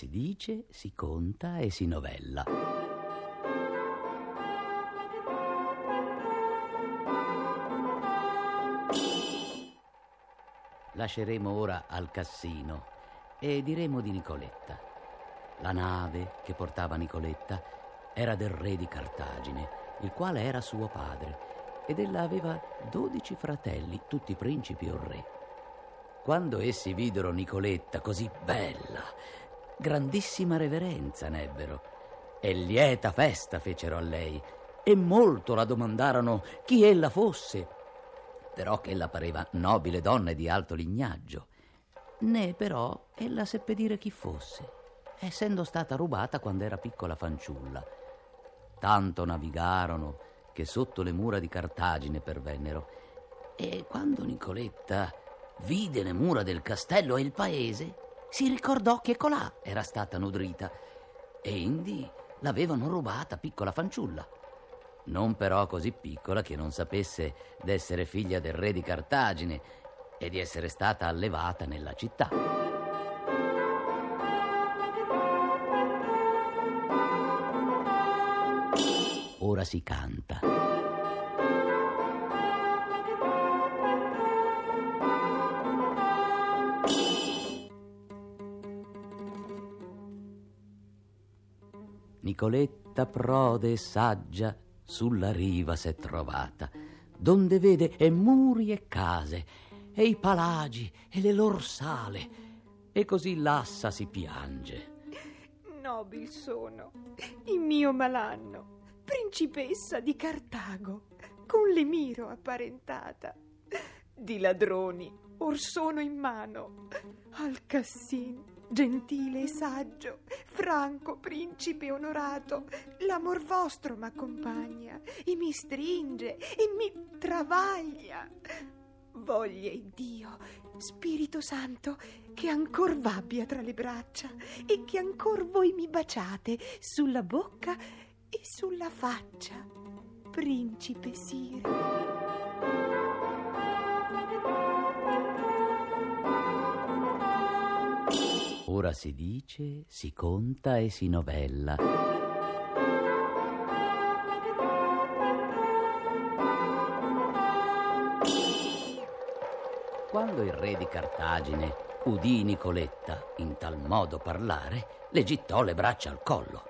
si dice, si conta e si novella. Lasceremo ora al Cassino e diremo di Nicoletta. La nave che portava Nicoletta era del re di Cartagine, il quale era suo padre, ed ella aveva 12 fratelli, tutti principi o re. Quando essi videro Nicoletta così bella, grandissima reverenza n'ebbero e lieta festa fecero a lei e molto la domandarono chi ella fosse, però che ella pareva nobile donna e di alto lignaggio. Né però ella seppe dire chi fosse, essendo stata rubata quando era piccola fanciulla. Tanto navigarono che sotto le mura di Cartagine pervennero, e quando Nicoletta vide le mura del castello e il paese, si ricordò che colà era stata nudrita e indi l'avevano rubata piccola fanciulla, non però così piccola che non sapesse d'essere figlia del re di Cartagine e di essere stata allevata nella città. Ora si canta. Nicoletta prode e saggia sulla riva s'è trovata, donde vede e muri e case, e i palagi e le lor sale, e così lassa si piange. Nobil sono, il mio malanno, principessa di Cartago, con l'emiro apparentata. Di ladroni or sono in mano, al Cassin, gentile e saggio, franco principe onorato, l'amor vostro m'accompagna e mi stringe e mi travaglia. Voglia Dio, Spirito Santo, che ancor v'abbia tra le braccia e che ancor voi mi baciate sulla bocca e sulla faccia, principe sire. Ora si dice, si conta e si novella. Quando il re di Cartagine udì Nicoletta in tal modo parlare, le gittò le braccia al collo.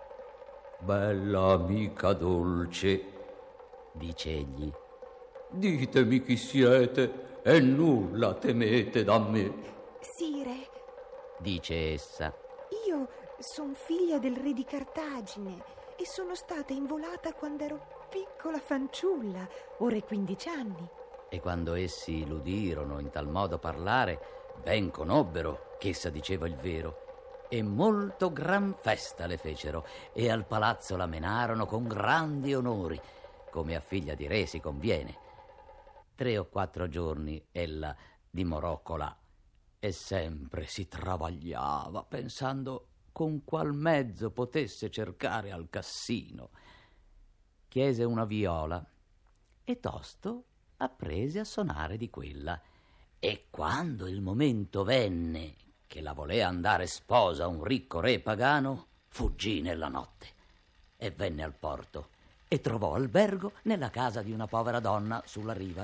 Bella amica dolce, dice egli, ditemi chi siete e nulla temete da me. Sire, dice essa, io son figlia del re di Cartagine e sono stata involata quando ero piccola fanciulla, ora 15 anni. E quando essi l'udirono in tal modo parlare, ben conobbero ch'essa diceva il vero, e molto gran festa le fecero, e al palazzo la menarono con grandi onori, come a figlia di re si conviene. 3 o 4 giorni ella dimorò colà, e sempre si travagliava, pensando con qual mezzo potesse cercare al Cassino. Chiese una viola, e tosto apprese a sonare di quella, e quando il momento venne che la volea andare sposa un ricco re pagano, fuggì nella notte e venne al porto e trovò albergo nella casa di una povera donna sulla riva.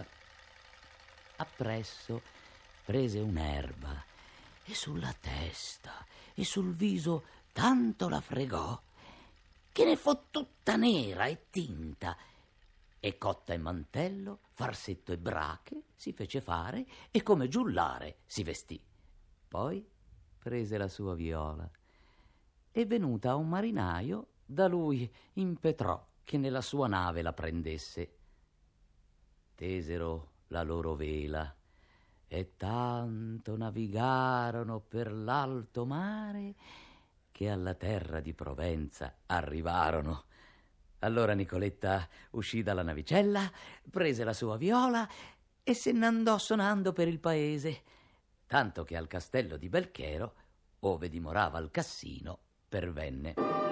Appresso prese un'erba e sulla testa e sul viso tanto la fregò che ne fu tutta nera e tinta, e cotta e mantello, farsetto e brache si fece fare e come giullare si vestì. Poi prese la sua viola e venuta a un marinaio da lui impetrò che nella sua nave la prendesse. Tesero la loro vela e tanto navigarono per l'alto mare che alla terra di Provenza arrivarono. Allora Nicoletta uscì dalla navicella, prese la sua viola e se n'andò sonando per il paese, tanto che al castello di Belchero, ove dimorava il Cassino, pervenne.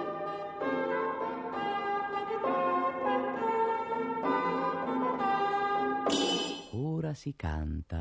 Ora si canta.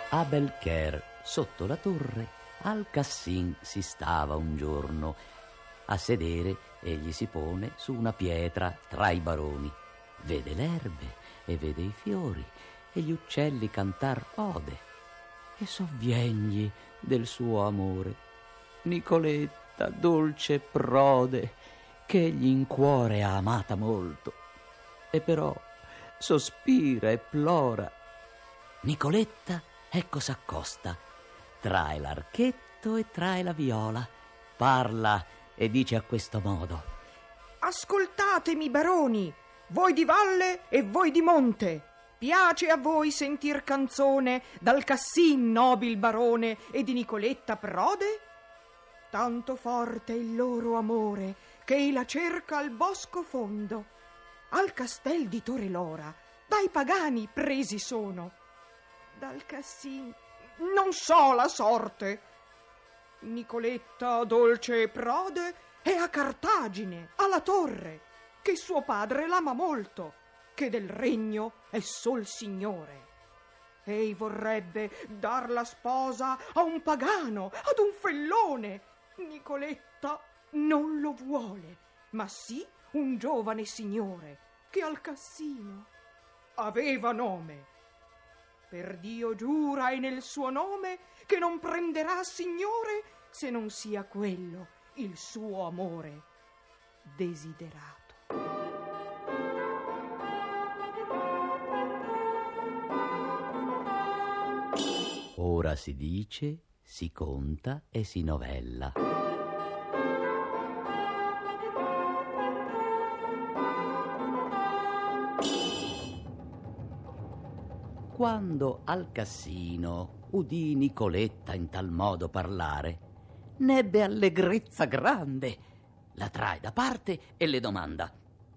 A Belcher, sotto la torre, al Cassin si stava un giorno. A sedere egli si pone su una pietra tra i baroni. Vede l'erbe e vede i fiori e gli uccelli cantar ode. E sovviegli del suo amore. Nicoletta, dolce prode, che egli in cuore ha amata molto. E però sospira e plora. Nicoletta ecco s'accosta, trae l'archetto e trae la viola, parla e dice a questo modo: ascoltatemi, baroni, voi di valle e voi di monte. Piace a voi sentir canzone dal Cassin nobil barone e di Nicoletta prode? Tanto forte è il loro amore che ei la cerca al bosco fondo. Al castel di Torelora dai pagani presi sono. Dal Cassin non so la sorte. Nicoletta, dolce prode, è a Cartagine, alla torre, che suo padre l'ama molto, che del regno è sol signore. Ei vorrebbe dar la sposa a un pagano, ad un fellone. Nicoletta non lo vuole, ma sì un giovane signore che al Cassino aveva nome. Per Dio giura e nel suo nome che non prenderà signore se non sia quello il suo amore desiderato. Ora si dice, si conta e si novella. Quando al Cassino udì Nicoletta in tal modo parlare, n'ebbe allegrezza grande. La trae da parte e le domanda: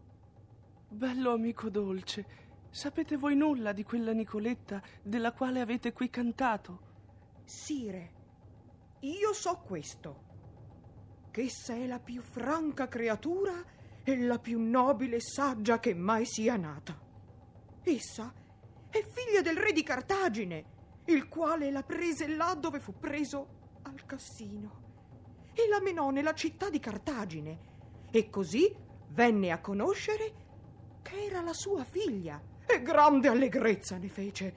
bello amico dolce, sapete voi nulla di quella Nicoletta della quale avete qui cantato? Sire, io so questo, ch'essa è la più franca creatura e la più nobile e saggia che mai sia nata. Essa è figlia del re di Cartagine, il quale la prese là dove fu preso al Cassino e la menò nella città di Cartagine, e così venne a conoscere che era la sua figlia, e grande allegrezza ne fece.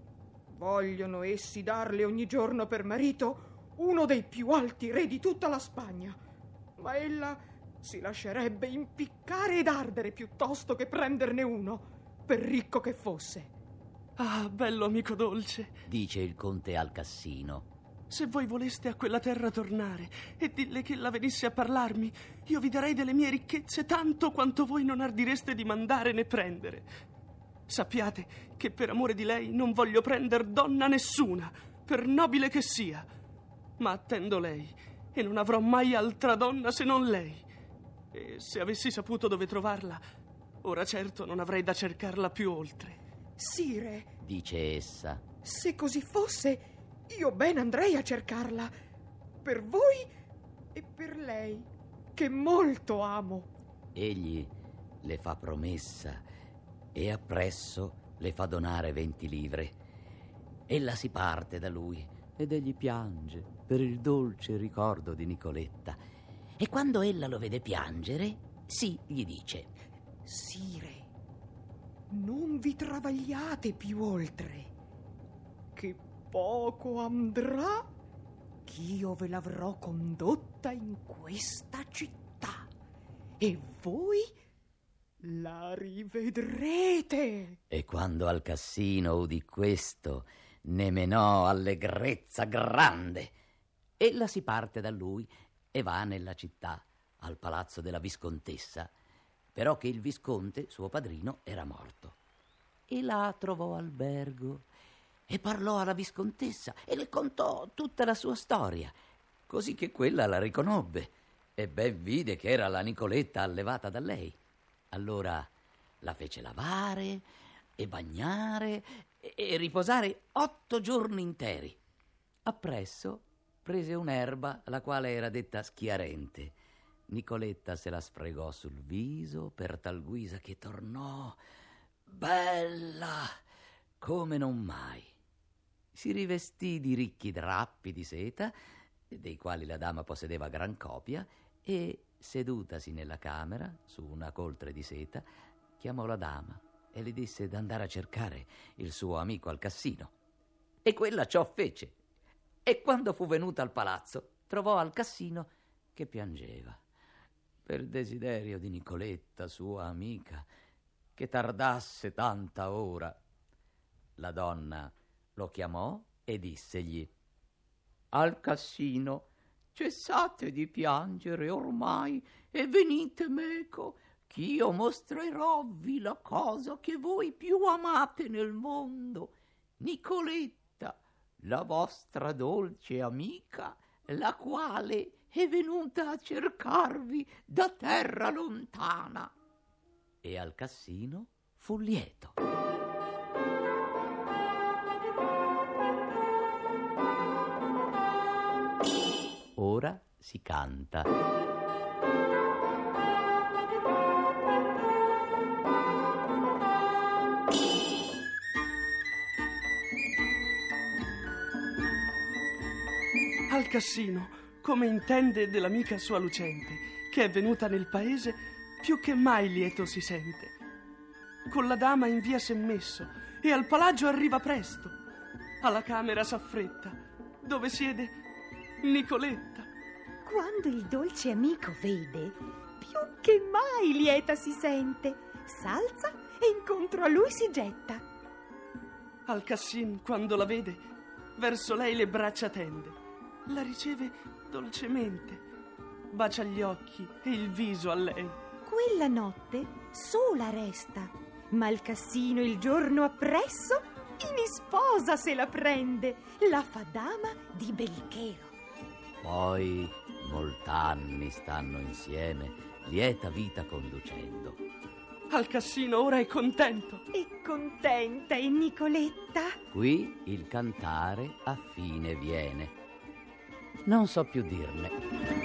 Vogliono essi darle ogni giorno per marito uno dei più alti re di tutta la Spagna, ma ella si lascerebbe impiccare ed ardere piuttosto che prenderne uno, per ricco che fosse. Ah, bello amico dolce, dice il conte al Cassino, se voi voleste a quella terra tornare e dille che ella venisse a parlarmi, io vi darei delle mie ricchezze tanto quanto voi non ardireste di mandare né prendere. Sappiate che per amore di lei non voglio prender donna nessuna, per nobile che sia, ma attendo lei e non avrò mai altra donna se non lei. E se avessi saputo dove trovarla, ora certo non avrei da cercarla più oltre. Sire, dice essa, se così fosse, io ben andrei a cercarla, per voi e per lei, che molto amo. Egli le fa promessa e appresso le fa donare 20 livre. Ella si parte da lui ed egli piange per il dolce ricordo di Nicoletta. E quando ella lo vede piangere, sì, gli dice: Sire, non vi travagliate più oltre, che poco andrà ch'io ve l'avrò condotta in questa città e voi la rivedrete. E quando al Cassino udì questo, ne menò allegrezza grande. Ella si parte da lui e va nella città, al palazzo della viscontessa, però che il visconte, suo padrino, era morto. E là trovò albergo e parlò alla viscontessa e le contò tutta la sua storia, così che quella la riconobbe e ben vide che era la Nicoletta allevata da lei. Allora la fece lavare e bagnare e riposare 8 giorni interi. Appresso prese un'erba, la quale era detta schiarente. Nicoletta se la sfregò sul viso per tal guisa che tornò bella come non mai. si rivestì di ricchi drappi di seta, dei quali la dama possedeva gran copia, e, sedutasi nella camera, su una coltre di seta, chiamò la dama e le disse d'andare a cercare il suo amico al Cassino. E quella ciò fece. E quando fu venuta al palazzo, trovò al Cassino che piangeva per desiderio di Nicoletta, sua amica, che tardasse tanta ora. La donna lo chiamò e dissegli: Al Cassino, cessate di piangere ormai e venite meco, ch'io mostreròvi la cosa che voi più amate nel mondo, Nicoletta, la vostra dolce amica, la quale è venuta a cercarvi da terra lontana. E al Cassino fu lieto. Ora si canta. Al Cassino, come intende dell'amica sua lucente, che è venuta nel paese, più che mai lieto si sente. Con la dama in via s'è messo e al palagio arriva presto. Alla camera s'affretta, dove siede Nicoletta. Quando il dolce amico vede, più che mai lieta si sente, s'alza e incontro a lui si getta. Al Cassin, quando la vede, verso lei le braccia tende, la riceve dolcemente, bacia gli occhi e il viso a lei. Quella notte sola resta, ma il Cassino il giorno appresso in isposa se la prende, la fa dama di Belchero. Poi molt'anni stanno insieme, lieta vita conducendo. Al Cassino ora è contento. E contenta è Nicoletta. Qui il cantare a fine viene. Non so più dirne.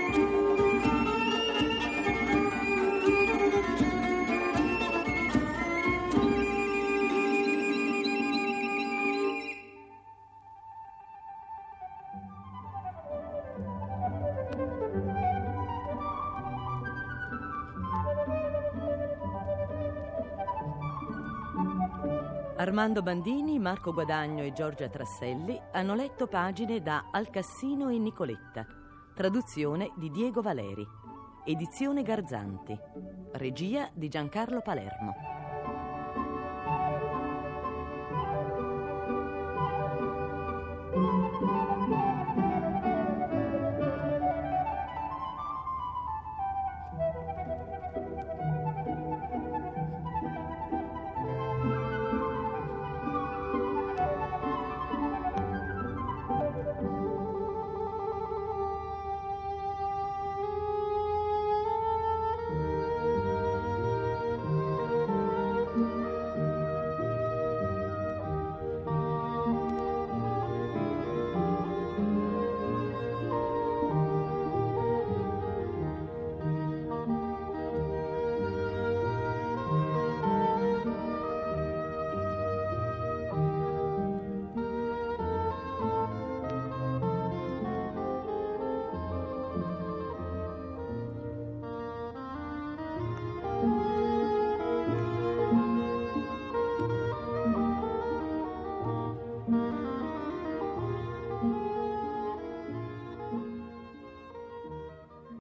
Armando Bandini, Marco Guadagno e Giorgia Trasselli hanno letto pagine da Al Cassino e Nicoletta, traduzione di Diego Valeri, edizione Garzanti, regia di Giancarlo Palermo.